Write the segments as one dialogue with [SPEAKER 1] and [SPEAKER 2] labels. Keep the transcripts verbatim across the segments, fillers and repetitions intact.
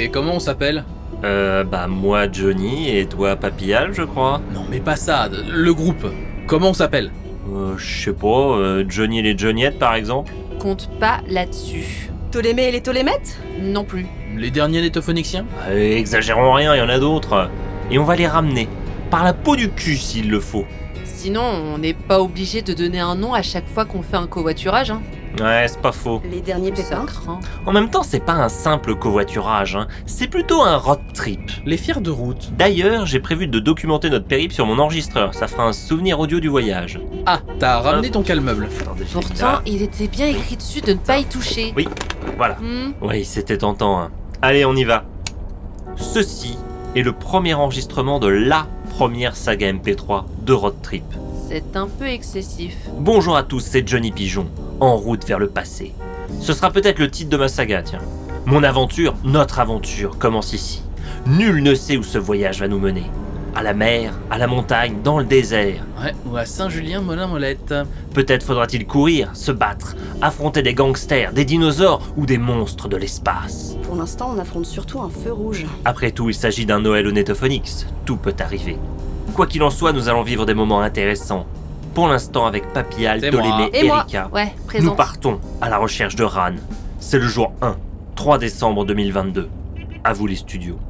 [SPEAKER 1] Et comment on s'appelle ?
[SPEAKER 2] Euh, bah moi Johnny et toi Papillal, je crois.
[SPEAKER 1] Non mais pas ça, le groupe. Comment on s'appelle ?
[SPEAKER 2] Euh, je sais pas, euh, Johnny et les Johnniettes par exemple.
[SPEAKER 3] Compte pas là-dessus.
[SPEAKER 4] Ptolémée et les Ptolémètes ?
[SPEAKER 3] Non plus.
[SPEAKER 1] Les derniers nétophonixiens ?
[SPEAKER 2] Euh, exagérons rien, il y en a d'autres. Et on va les ramener, par la peau du cul s'il le faut.
[SPEAKER 3] Sinon, on n'est pas obligé de donner un nom à chaque fois qu'on fait un covoiturage, hein.
[SPEAKER 2] Ouais, c'est pas faux.
[SPEAKER 4] Les derniers
[SPEAKER 3] Ça
[SPEAKER 4] pépins ?
[SPEAKER 3] craint.
[SPEAKER 2] En même temps, c'est pas un simple covoiturage, hein. C'est plutôt un road trip.
[SPEAKER 1] Les fiers de route.
[SPEAKER 2] D'ailleurs, j'ai prévu de documenter notre périple sur mon enregistreur, ça fera un souvenir audio du voyage.
[SPEAKER 1] Ah, t'as ramené ton calmeuble.
[SPEAKER 2] Attendez, je l'ai
[SPEAKER 3] Pourtant,
[SPEAKER 2] là.
[SPEAKER 3] il était bien écrit dessus de ne pas y toucher.
[SPEAKER 2] Oui, voilà.
[SPEAKER 3] Hmm.
[SPEAKER 2] Oui, c'était tentant, hein. Allez, on y va. Ceci est le premier enregistrement de la première saga M P trois de Road Trip.
[SPEAKER 3] C'est un peu excessif.
[SPEAKER 2] Bonjour à tous, c'est Johnny Pigeon, en route vers le passé. Ce sera peut-être le titre de ma saga, tiens. Mon aventure, notre aventure, commence ici. Nul ne sait où ce voyage va nous mener. À la mer, à la montagne, dans le désert.
[SPEAKER 1] Ouais, ou à Saint-Julien-Molin-Molette.
[SPEAKER 2] Peut-être faudra-t-il courir, se battre, affronter des gangsters, des dinosaures ou des monstres de l'espace.
[SPEAKER 4] Pour l'instant, on affronte surtout un feu rouge.
[SPEAKER 2] Après tout, il s'agit d'un Noël au Netophonix. Tout peut arriver. Quoi qu'il en soit, nous allons vivre des moments intéressants. Pour l'instant, avec Papillal,
[SPEAKER 1] C'est
[SPEAKER 2] Ptolémée
[SPEAKER 1] moi.
[SPEAKER 2] et
[SPEAKER 4] Et moi.
[SPEAKER 2] Erika,
[SPEAKER 3] Ouais,
[SPEAKER 2] nous
[SPEAKER 3] présente.
[SPEAKER 2] partons à la recherche de Ran. C'est le jour un, trois décembre deux mille vingt-deux. À vous les studios.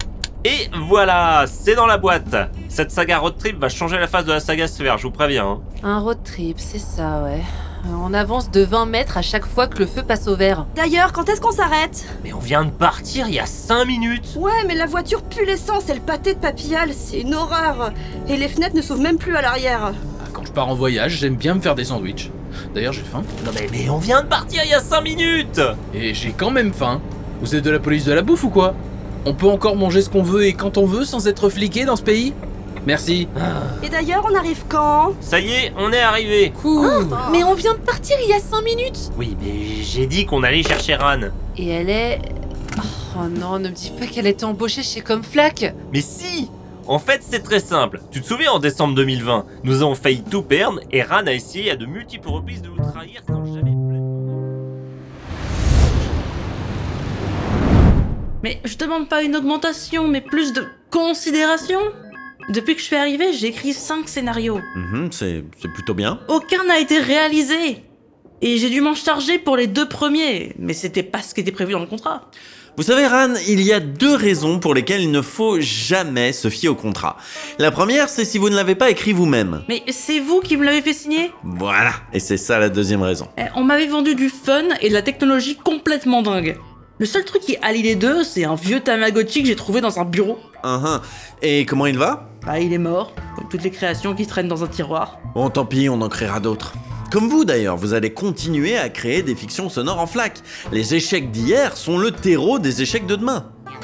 [SPEAKER 2] Et voilà, c'est dans la boîte. Cette saga Road Trip va changer la face de la saga Sphère, je vous préviens. Hein.
[SPEAKER 3] Un road trip, c'est ça, ouais. On avance de vingt mètres à chaque fois que le feu passe au vert.
[SPEAKER 4] D'ailleurs, quand est-ce qu'on s'arrête ?
[SPEAKER 2] Mais on vient de partir il y a cinq minutes.
[SPEAKER 4] Ouais, mais la voiture pue l'essence et le pâté de Papillal, c'est une horreur. Et les fenêtres ne s'ouvrent même plus à l'arrière.
[SPEAKER 1] Ah, quand je pars en voyage, j'aime bien me faire des sandwichs. D'ailleurs, j'ai faim.
[SPEAKER 2] Non mais, mais on vient de partir il y a cinq minutes.
[SPEAKER 1] Et j'ai quand même faim. Vous êtes de la police de la bouffe ou quoi ? On peut encore manger ce qu'on veut et quand on veut sans être fliqué dans ce pays ? Merci.
[SPEAKER 4] Et d'ailleurs, on arrive quand ?
[SPEAKER 2] Ça y est, on est arrivé.
[SPEAKER 1] Cool.
[SPEAKER 3] Mais on vient de partir il y a cinq minutes.
[SPEAKER 2] Oui, mais j'ai dit qu'on allait chercher Ran.
[SPEAKER 3] Et elle est... Oh non, ne me dis pas qu'elle était embauchée chez Comflac.
[SPEAKER 2] Mais si! En fait, c'est très simple. Tu te souviens, en décembre deux mille vingt, nous avons failli tout perdre et Ran a essayé à de multiples reprises de nous trahir sans jamais...
[SPEAKER 5] Mais je demande pas une augmentation, mais plus de considération. Depuis que je suis arrivée, j'ai écrit cinq scénarios.
[SPEAKER 6] Mhm, c'est, c'est plutôt bien.
[SPEAKER 5] Aucun n'a été réalisé. Et j'ai dû m'en charger pour les deux premiers, mais c'était pas ce qui était prévu dans le contrat.
[SPEAKER 6] Vous savez, Ran, il y a deux raisons pour lesquelles il ne faut jamais se fier au contrat. La première, c'est si vous ne l'avez pas écrit vous-même.
[SPEAKER 5] Mais c'est vous qui me l'avez fait signer ?
[SPEAKER 6] Voilà, et c'est ça la deuxième raison.
[SPEAKER 5] Eh, On m'avait vendu du fun et de la technologie complètement dingue. Le seul truc qui allie les deux, c'est un vieux Tamagotchi que j'ai trouvé dans un bureau.
[SPEAKER 6] Uhum. Et comment il va ?
[SPEAKER 5] Bah, il est mort, comme toutes les créations qui traînent dans un tiroir.
[SPEAKER 6] Bon, tant pis, on en créera d'autres. Comme vous d'ailleurs, vous allez continuer à créer des fictions sonores en flac. Les échecs d'hier sont le terreau des échecs de demain.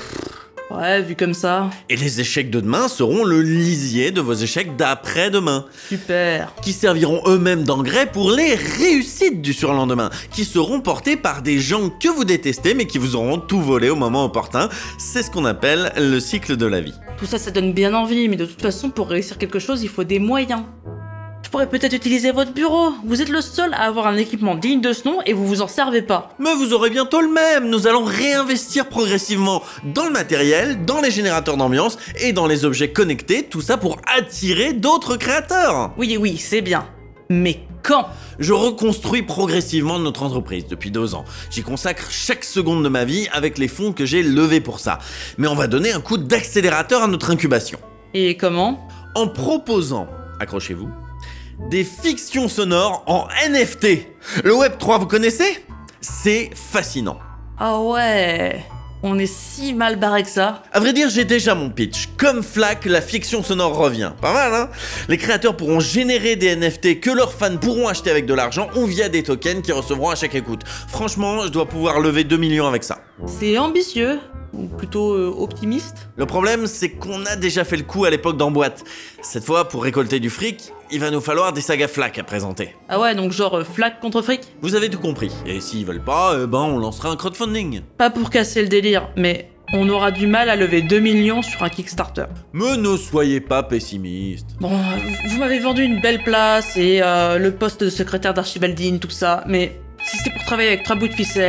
[SPEAKER 5] Ouais, vu comme ça.
[SPEAKER 6] Et les échecs de demain seront le lisier de vos échecs d'après-demain,
[SPEAKER 5] Super.
[SPEAKER 6] qui serviront eux-mêmes d'engrais pour les réussites du surlendemain, qui seront portés par des gens que vous détestez mais qui vous auront tout volé au moment opportun. C'est ce qu'on appelle le cycle de la vie.
[SPEAKER 5] Tout ça, ça donne bien envie, mais de toute façon, pour réussir quelque chose, il faut des moyens. Je pourrais peut-être utiliser votre bureau. Vous êtes le seul à avoir un équipement digne de ce nom et vous vous en servez pas.
[SPEAKER 6] Mais vous aurez bientôt le même. Nous allons réinvestir progressivement dans le matériel, dans les générateurs d'ambiance et dans les objets connectés, tout ça pour attirer d'autres créateurs.
[SPEAKER 5] Oui, oui, c'est bien. Mais quand ?
[SPEAKER 6] Je reconstruis progressivement notre entreprise depuis deux ans. J'y consacre chaque seconde de ma vie avec les fonds que j'ai levés pour ça. Mais on va donner un coup d'accélérateur à notre incubation.
[SPEAKER 5] Et comment ?
[SPEAKER 6] En proposant, accrochez-vous, des fictions sonores en N F T. Le web trois, vous connaissez ? C'est fascinant.
[SPEAKER 5] Ah ouais, on est si mal barré que ça.
[SPEAKER 6] À vrai dire, j'ai déjà mon pitch. Comme Flac, la fiction sonore revient. Pas mal, hein ? Les créateurs pourront générer des N F T que leurs fans pourront acheter avec de l'argent ou via des tokens qu'ils recevront à chaque écoute. Franchement, je dois pouvoir lever deux millions avec ça.
[SPEAKER 5] C'est ambitieux, ou plutôt euh, optimiste.
[SPEAKER 6] Le problème, c'est qu'on a déjà fait le coup à l'époque d'Emboîte. Cette fois, pour récolter du fric, il va nous falloir des sagas Flac à présenter.
[SPEAKER 5] Ah ouais, donc genre euh, flac contre fric ?
[SPEAKER 6] Vous avez tout compris. Et s'ils veulent pas, eh ben on lancera un crowdfunding.
[SPEAKER 5] Pas pour casser le délire, mais on aura du mal à lever deux millions sur un Kickstarter.
[SPEAKER 6] Mais ne soyez pas pessimiste.
[SPEAKER 5] Bon, euh, vous m'avez vendu une belle place et euh, le poste de secrétaire d'Archibaldine, tout ça, mais si c'était pour travailler avec trois bouts de ficelle,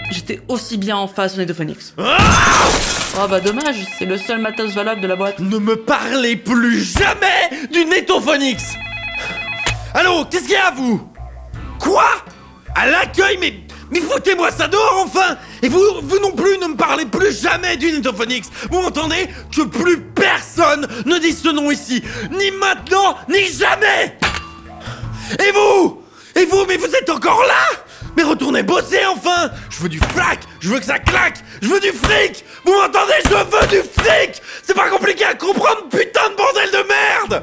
[SPEAKER 5] j'étais aussi bien en face au Netophonix. Oh bah dommage, c'est le seul matos valable de la boîte.
[SPEAKER 6] Ne me parlez plus jamais du Netophonix. Allô, qu'est-ce qu'il y a, vous? Quoi? À l'accueil, mais... Mais foutez-moi ça dehors, enfin! Et vous, vous non plus, ne me parlez plus jamais du Netophonix! Vous m'entendez? Que plus personne ne dise ce nom ici! Ni maintenant, ni jamais! Et vous? Et vous, mais vous êtes encore là? Mais retournez bosser, enfin! Je veux du flac! Je veux que ça claque! Je veux du fric! Vous m'entendez? Je veux du fric! C'est pas compliqué à comprendre, putain de bordel de merde!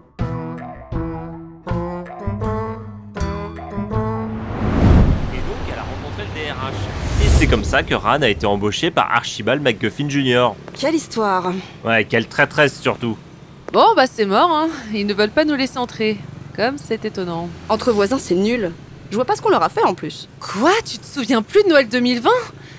[SPEAKER 2] Et c'est comme ça que Ran a été embauché par Archibald MacGuffin junior
[SPEAKER 4] Quelle histoire.
[SPEAKER 2] Ouais, quelle traîtresse surtout.
[SPEAKER 3] Bon, bah c'est mort, hein. Ils ne veulent pas nous laisser entrer. Comme c'est étonnant.
[SPEAKER 4] Entre voisins, c'est nul. Je vois pas ce qu'on leur a fait en plus.
[SPEAKER 3] Quoi? Tu te souviens plus de Noël deux mille vingt?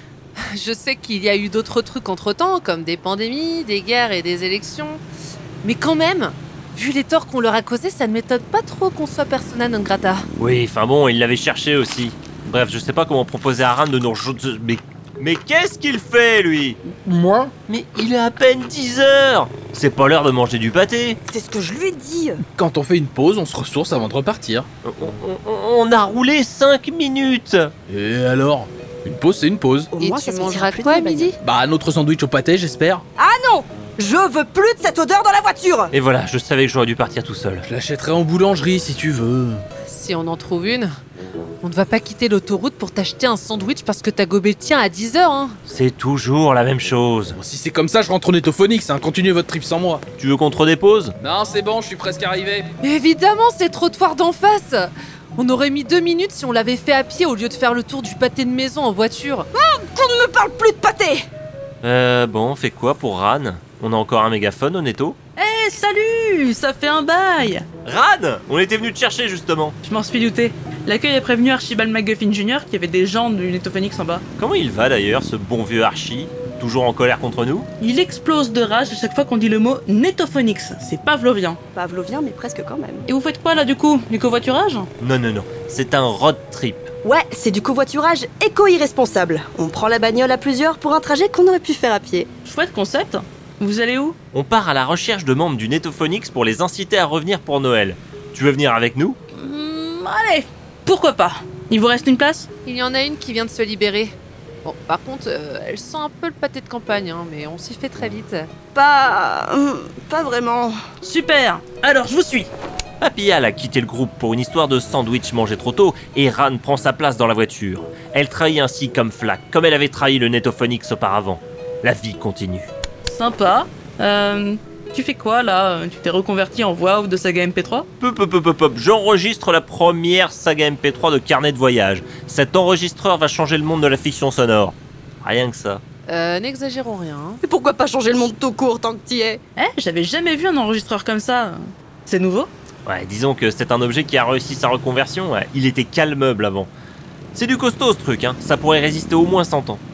[SPEAKER 3] Je sais qu'il y a eu d'autres trucs entre-temps, comme des pandémies, des guerres et des élections. Mais quand même, vu les torts qu'on leur a causés, ça ne m'étonne pas trop qu'on soit persona non grata.
[SPEAKER 2] Oui, enfin bon, il l'avait cherché aussi. Bref, je sais pas comment proposer à Ran de nous rejoindre... Mais... Mais qu'est-ce qu'il fait, lui?
[SPEAKER 1] Moi?
[SPEAKER 2] Mais il est à peine dix heures. C'est pas l'heure de manger du pâté.
[SPEAKER 4] C'est ce que je lui ai dit.
[SPEAKER 1] Quand on fait une pause, on se ressource avant de repartir.
[SPEAKER 2] On, on- on a roulé cinq minutes.
[SPEAKER 1] Et alors? Une pause, c'est une pause.
[SPEAKER 4] Au
[SPEAKER 3] Et
[SPEAKER 4] moins,
[SPEAKER 3] tu
[SPEAKER 4] ça se
[SPEAKER 3] mangeras
[SPEAKER 4] sentira plus
[SPEAKER 3] quoi à
[SPEAKER 4] de la
[SPEAKER 3] midi?
[SPEAKER 1] Bah, un autre sandwich au pâté, j'espère.
[SPEAKER 4] Ah non! Je veux plus de cette odeur dans la voiture.
[SPEAKER 2] Et voilà, je savais que j'aurais dû partir tout seul.
[SPEAKER 1] Je l'achèterai en boulangerie si tu veux.
[SPEAKER 3] Si on en trouve une, on ne va pas quitter l'autoroute pour t'acheter un sandwich parce que t'as gobé le tien à dix heures, hein.
[SPEAKER 2] C'est toujours la même chose.
[SPEAKER 1] Bon, si c'est comme ça, je rentre au Netophonix, hein. Continuez votre trip sans moi.
[SPEAKER 2] Tu veux qu'on te redépose?
[SPEAKER 1] Non, c'est bon, je suis presque arrivé.
[SPEAKER 3] Mais évidemment, c'est trop de foire d'en face. On aurait mis deux minutes si on l'avait fait à pied au lieu de faire le tour du pâté de maison en voiture.
[SPEAKER 4] Qu'on ne me parle plus de pâté.
[SPEAKER 2] Euh, bon, on fait quoi pour Ran? On a encore un mégaphone au netto?
[SPEAKER 5] Eh salut, ça fait un bail.
[SPEAKER 2] Ran! On était venu te chercher justement.
[SPEAKER 5] Je m'en suis douté. L'accueil a prévenu Archibald MacGuffin junior qu'il y avait des gens du Netophonix en bas.
[SPEAKER 2] Comment il va d'ailleurs, ce bon vieux Archie? Toujours en colère contre nous?
[SPEAKER 5] Il explose de rage à chaque fois qu'on dit le mot Netophonix. C'est pavlovien.
[SPEAKER 4] Pavlovien, mais presque quand même.
[SPEAKER 5] Et vous faites quoi là du coup? Du covoiturage?
[SPEAKER 2] Non, non, non. C'est un road trip.
[SPEAKER 4] Ouais, c'est du covoiturage éco-irresponsable. On prend la bagnole à plusieurs pour un trajet qu'on aurait pu faire à pied.
[SPEAKER 5] Chouette concept. Vous allez où?
[SPEAKER 2] On part à la recherche de membres du Netophonix pour les inciter à revenir pour Noël. Tu veux venir avec nous?
[SPEAKER 5] Hmm, allez, pourquoi pas? Il vous reste une place?
[SPEAKER 3] Il y en a une qui vient de se libérer. Bon, par contre, euh, elle sent un peu le pâté de campagne, hein, mais on s'y fait très vite.
[SPEAKER 4] Pas... hum, pas vraiment.
[SPEAKER 5] Super. Alors je vous suis.
[SPEAKER 2] Papial a quitté le groupe pour une histoire de sandwich mangé trop tôt et Ran prend sa place dans la voiture. Elle trahit ainsi comme Flack, comme elle avait trahi le Netophonix auparavant. La vie continue.
[SPEAKER 5] Sympa. Euh... Tu fais quoi là? Tu t'es reconverti en voix off de saga M P trois?
[SPEAKER 2] Pop, pop, pop, pop, j'enregistre la première saga M P trois de carnet de voyage. Cet enregistreur va changer le monde de la fiction sonore. Rien que ça.
[SPEAKER 3] Euh, n'exagérons rien. hein.
[SPEAKER 4] Et pourquoi pas changer le monde tout court tant que t'y es?
[SPEAKER 5] Eh, j'avais jamais vu un enregistreur comme ça. C'est nouveau?
[SPEAKER 2] Ouais, disons que c'est un objet qui a réussi sa reconversion. Ouais. Il était calmeuble avant. C'est du costaud ce truc, hein. Ça pourrait résister au moins cent ans.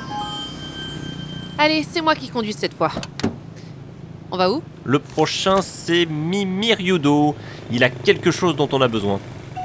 [SPEAKER 3] Allez, c'est moi qui conduis cette fois. On va où?
[SPEAKER 2] Le prochain, c'est Mimi Ryudo. Il a quelque chose dont on a besoin.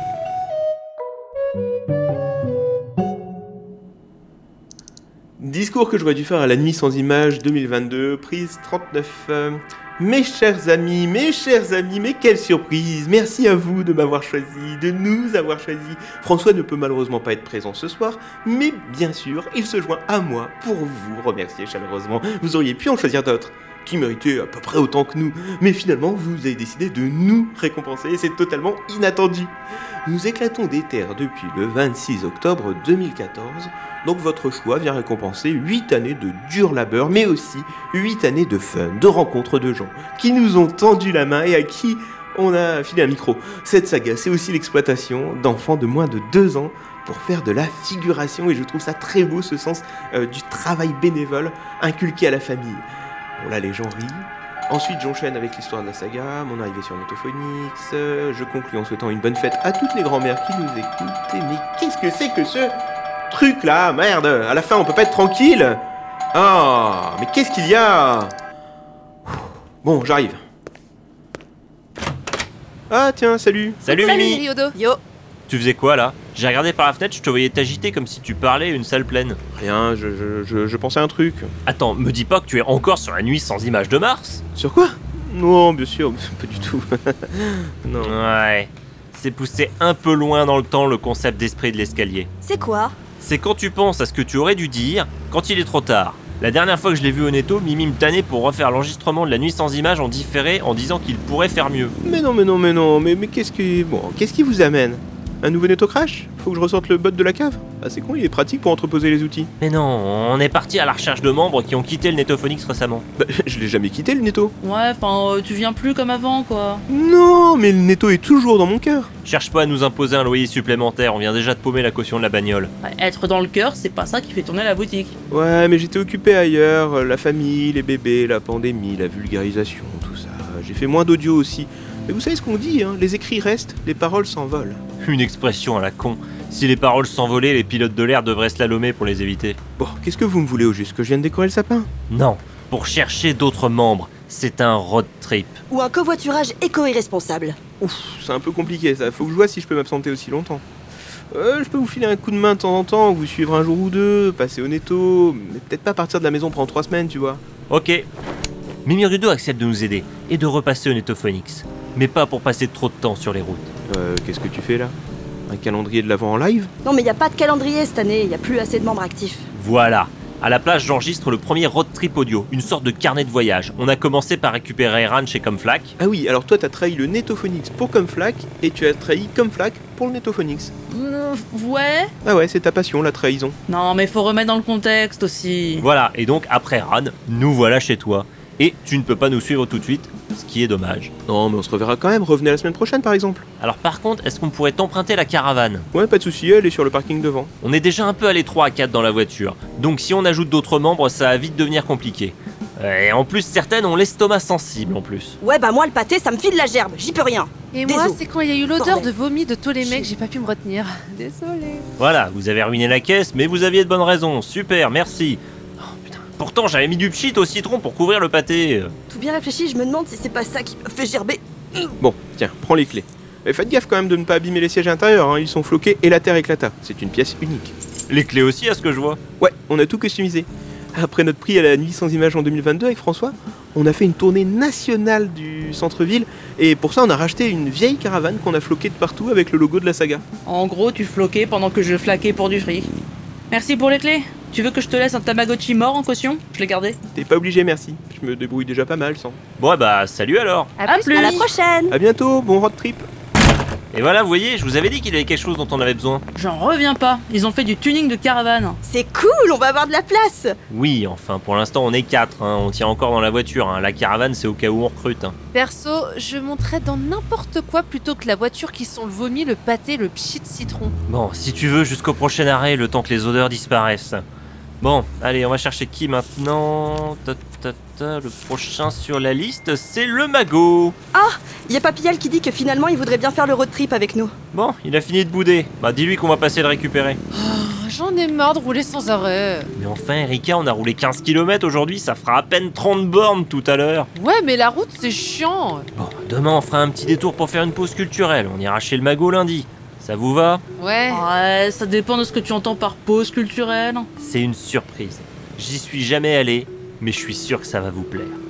[SPEAKER 7] Discours que j'aurais dû faire à la nuit sans images deux mille vingt-deux, prise trente-neuf. Euh, mes chers amis, mes chers amis, mais quelle surprise! Merci à vous de m'avoir choisi, de nous avoir choisi. François ne peut malheureusement pas être présent ce soir, mais bien sûr, il se joint à moi pour vous remercier chaleureusement. Vous auriez pu en choisir d'autres, qui méritaient à peu près autant que nous, mais finalement, vous avez décidé de nous récompenser, et c'est totalement inattendu. Nous éclatons des terres depuis le vingt-six octobre deux mille quatorze, donc votre choix vient récompenser huit années de dur labeur, mais aussi huit années de fun, de rencontres de gens qui nous ont tendu la main et à qui on a filé un micro. Cette saga, c'est aussi l'exploitation d'enfants de moins de deux ans pour faire de la figuration, et je trouve ça très beau, ce sens euh, du travail bénévole inculqué à la famille. Bon là, les gens rient. Ensuite, j'enchaîne avec l'histoire de la saga, mon arrivée sur Netophonix, euh, je conclus en souhaitant une bonne fête à toutes les grand-mères qui nous écoutent. Et mais qu'est-ce que c'est que ce truc là? Merde, à la fin on peut pas être tranquille. Ah, mais qu'est-ce qu'il y a? Bon, j'arrive. Ah tiens, salut.
[SPEAKER 2] Salut,
[SPEAKER 3] Salut
[SPEAKER 2] Mimi.
[SPEAKER 3] Ryodo.
[SPEAKER 4] Yo.
[SPEAKER 2] Tu faisais quoi là? J'ai regardé par la fenêtre, je te voyais t'agiter comme si tu parlais à une salle pleine.
[SPEAKER 7] Rien, je, je, je, je pensais à un truc.
[SPEAKER 2] Attends, me dis pas que tu es encore sur la nuit sans image de Mars?
[SPEAKER 7] Sur quoi? Non, bien sûr, pas du tout. Non.
[SPEAKER 2] Ouais, c'est poussé un peu loin dans le temps le concept d'esprit de l'escalier.
[SPEAKER 4] C'est quoi?
[SPEAKER 2] C'est quand tu penses à ce que tu aurais dû dire quand il est trop tard. La dernière fois que je l'ai vu au netto, Mimi me tannait pour refaire l'enregistrement de la nuit sans image en différé en disant qu'il pourrait faire mieux.
[SPEAKER 7] Mais non, mais non, mais non, mais, mais qu'est-ce qui... Bon, qu'est-ce qui vous amène? Un nouveau netto crash? Faut que je ressorte le bot de la cave? Ah c'est con, il est pratique pour entreposer les outils.
[SPEAKER 2] Mais non, on est parti à la recherche de membres qui ont quitté le Netophonix récemment.
[SPEAKER 7] Bah, je l'ai jamais quitté le netto.
[SPEAKER 5] Ouais, enfin, euh, tu viens plus comme avant, quoi.
[SPEAKER 7] Non, mais le netto est toujours dans mon cœur.
[SPEAKER 2] Cherche pas à nous imposer un loyer supplémentaire, on vient déjà de paumer la caution de la bagnole.
[SPEAKER 5] Ouais, être dans le cœur, c'est pas ça qui fait tourner la boutique.
[SPEAKER 7] Ouais, mais j'étais occupé ailleurs, euh, la famille, les bébés, la pandémie, la vulgarisation, tout ça. J'ai fait moins d'audio aussi. Mais vous savez ce qu'on dit, hein, les écrits restent, les paroles s'envolent.
[SPEAKER 2] Une expression à la con. Si les paroles s'envolaient, les pilotes de l'air devraient slalomer pour les éviter.
[SPEAKER 7] Bon, qu'est-ce que vous me voulez au juste? Que je vienne décorer le sapin?
[SPEAKER 2] Non, pour chercher d'autres membres, c'est un road trip.
[SPEAKER 4] Ou un covoiturage éco-irresponsable.
[SPEAKER 7] Ouf, c'est un peu compliqué ça, faut que je vois si je peux m'absenter aussi longtemps. Euh, je peux vous filer un coup de main de temps en temps, vous suivre un jour ou deux, passer au netto, mais peut-être pas partir de la maison pendant trois semaines, tu vois.
[SPEAKER 2] Ok. Mimi Rudo accepte de nous aider et de repasser au Netophonix. Mais pas pour passer trop de temps sur les routes.
[SPEAKER 7] Euh, qu'est-ce que tu fais là? Un calendrier de l'avant en live?
[SPEAKER 4] Non mais y a pas de calendrier cette année, y a plus assez de membres actifs.
[SPEAKER 2] Voilà. À la place, j'enregistre le premier road trip audio, une sorte de carnet de voyage. On a commencé par récupérer Ran chez Comflac.
[SPEAKER 7] Ah oui, alors toi t'as trahi le Netophonix pour Comflac, et tu as trahi Comflac pour le Netophonix.
[SPEAKER 5] Euh, ouais.
[SPEAKER 7] Ah ouais, c'est ta passion, la trahison.
[SPEAKER 5] Non, mais faut remettre dans le contexte aussi.
[SPEAKER 2] Voilà, et donc après Ran, nous voilà chez toi. Et tu ne peux pas nous suivre tout de suite, ce qui est dommage.
[SPEAKER 7] Non, mais on se reverra quand même, revenez la semaine prochaine par exemple.
[SPEAKER 2] Alors par contre, est-ce qu'on pourrait t'emprunter la caravane?
[SPEAKER 7] Ouais, pas de souci, elle est sur le parking devant.
[SPEAKER 2] On est déjà un peu à l'étroit à quatre dans la voiture, donc si on ajoute d'autres membres, ça va vite devenir compliqué. Et en plus, certaines ont l'estomac sensible en plus.
[SPEAKER 4] Ouais bah moi le pâté ça me file la gerbe, j'y peux rien.
[SPEAKER 3] Et moi,
[SPEAKER 4] Désolé.
[SPEAKER 3] c'est quand il y a eu l'odeur
[SPEAKER 4] Bordel.
[SPEAKER 3] de vomi de tous les mecs, j'ai pas pu me retenir. Désolée.
[SPEAKER 2] Voilà, vous avez ruiné la caisse, mais vous aviez de bonnes raisons. Super, merci. Oh, putain. Pourtant, j'avais mis du pchit au citron pour couvrir le pâté.
[SPEAKER 4] Tout bien réfléchi, je me demande si c'est pas ça qui me fait gerber.
[SPEAKER 7] Bon, tiens, prends les clés. Mais faites gaffe quand même de ne pas abîmer les sièges intérieurs, hein, ils sont floqués et la terre éclata. C'est une pièce unique.
[SPEAKER 2] Les clés aussi, à ce que je vois.
[SPEAKER 7] Ouais, on a tout customisé. Après notre prix à la nuit sans image en deux mille vingt-deux avec François, on a fait une tournée nationale du centre-ville et pour ça on a racheté une vieille caravane qu'on a floquée de partout avec le logo de la saga.
[SPEAKER 5] En gros, tu floquais pendant que je flaquais pour du fric. Merci pour les clés. Tu veux que je te laisse un Tamagotchi mort en caution? Je l'ai gardé.
[SPEAKER 7] T'es pas obligé, merci. Je me débrouille déjà pas mal sans.
[SPEAKER 2] Bon, bah, salut alors.
[SPEAKER 3] À,
[SPEAKER 5] À plus.
[SPEAKER 4] À la prochaine.
[SPEAKER 7] À bientôt, bon road trip.
[SPEAKER 2] Et voilà, vous voyez, je vous avais dit qu'il y avait quelque chose dont on avait besoin.
[SPEAKER 5] J'en reviens pas. Ils ont fait du tuning de caravane.
[SPEAKER 4] C'est cool, on va avoir de la place.
[SPEAKER 2] Oui, enfin, pour l'instant, on est quatre, hein. On tient encore dans la voiture, hein. La caravane, c'est au cas où on recrute, hein.
[SPEAKER 3] Perso, je monterais dans n'importe quoi plutôt que la voiture qui sent le vomi, le pâté, le pchit de citron.
[SPEAKER 2] Bon, si tu veux, jusqu'au prochain arrêt, le temps que les odeurs disparaissent. Bon, allez, on va chercher qui maintenant? Ta, ta, ta, le prochain sur la liste, c'est le magot.
[SPEAKER 4] Y a Papillal qui dit que finalement il voudrait bien faire le road trip avec nous.
[SPEAKER 2] Bon, il a fini de bouder. Bah, dis-lui qu'on va passer le récupérer.
[SPEAKER 3] Oh, j'en ai marre de rouler sans arrêt.
[SPEAKER 2] Mais enfin, Erika, on a roulé quinze kilomètres aujourd'hui, ça fera à peine trente bornes tout à l'heure.
[SPEAKER 3] Ouais, mais la route, c'est chiant.
[SPEAKER 2] Bon, demain, on fera un petit détour pour faire une pause culturelle. On ira chez le magot lundi. Ça vous va?
[SPEAKER 3] Ouais.
[SPEAKER 5] Ouais, ça dépend de ce que tu entends par pause culturelle.
[SPEAKER 2] C'est une surprise. J'y suis jamais allé, mais je suis sûr que ça va vous plaire.